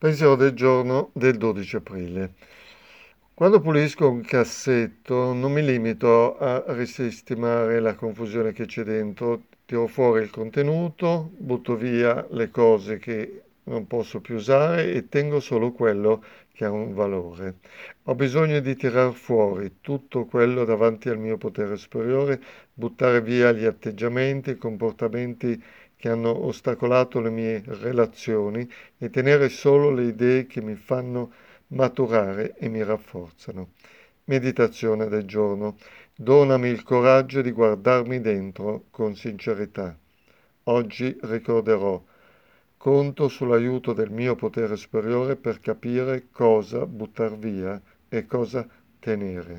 Pensiero del giorno del 12 aprile. Quando pulisco un cassetto non mi limito a risistemare la confusione che c'è dentro, tiro fuori il contenuto, butto via le cose che non posso più usare e tengo solo quello che ha un valore. Ho bisogno di tirar fuori tutto quello davanti al mio potere superiore, buttare via gli atteggiamenti e comportamenti che hanno ostacolato le mie relazioni e tenere solo le idee che mi fanno maturare e mi rafforzano. Meditazione del giorno. Donami il coraggio di guardarmi dentro con sincerità. Oggi ricorderò, conto sull'aiuto del mio potere superiore per capire cosa buttar via e cosa tenere.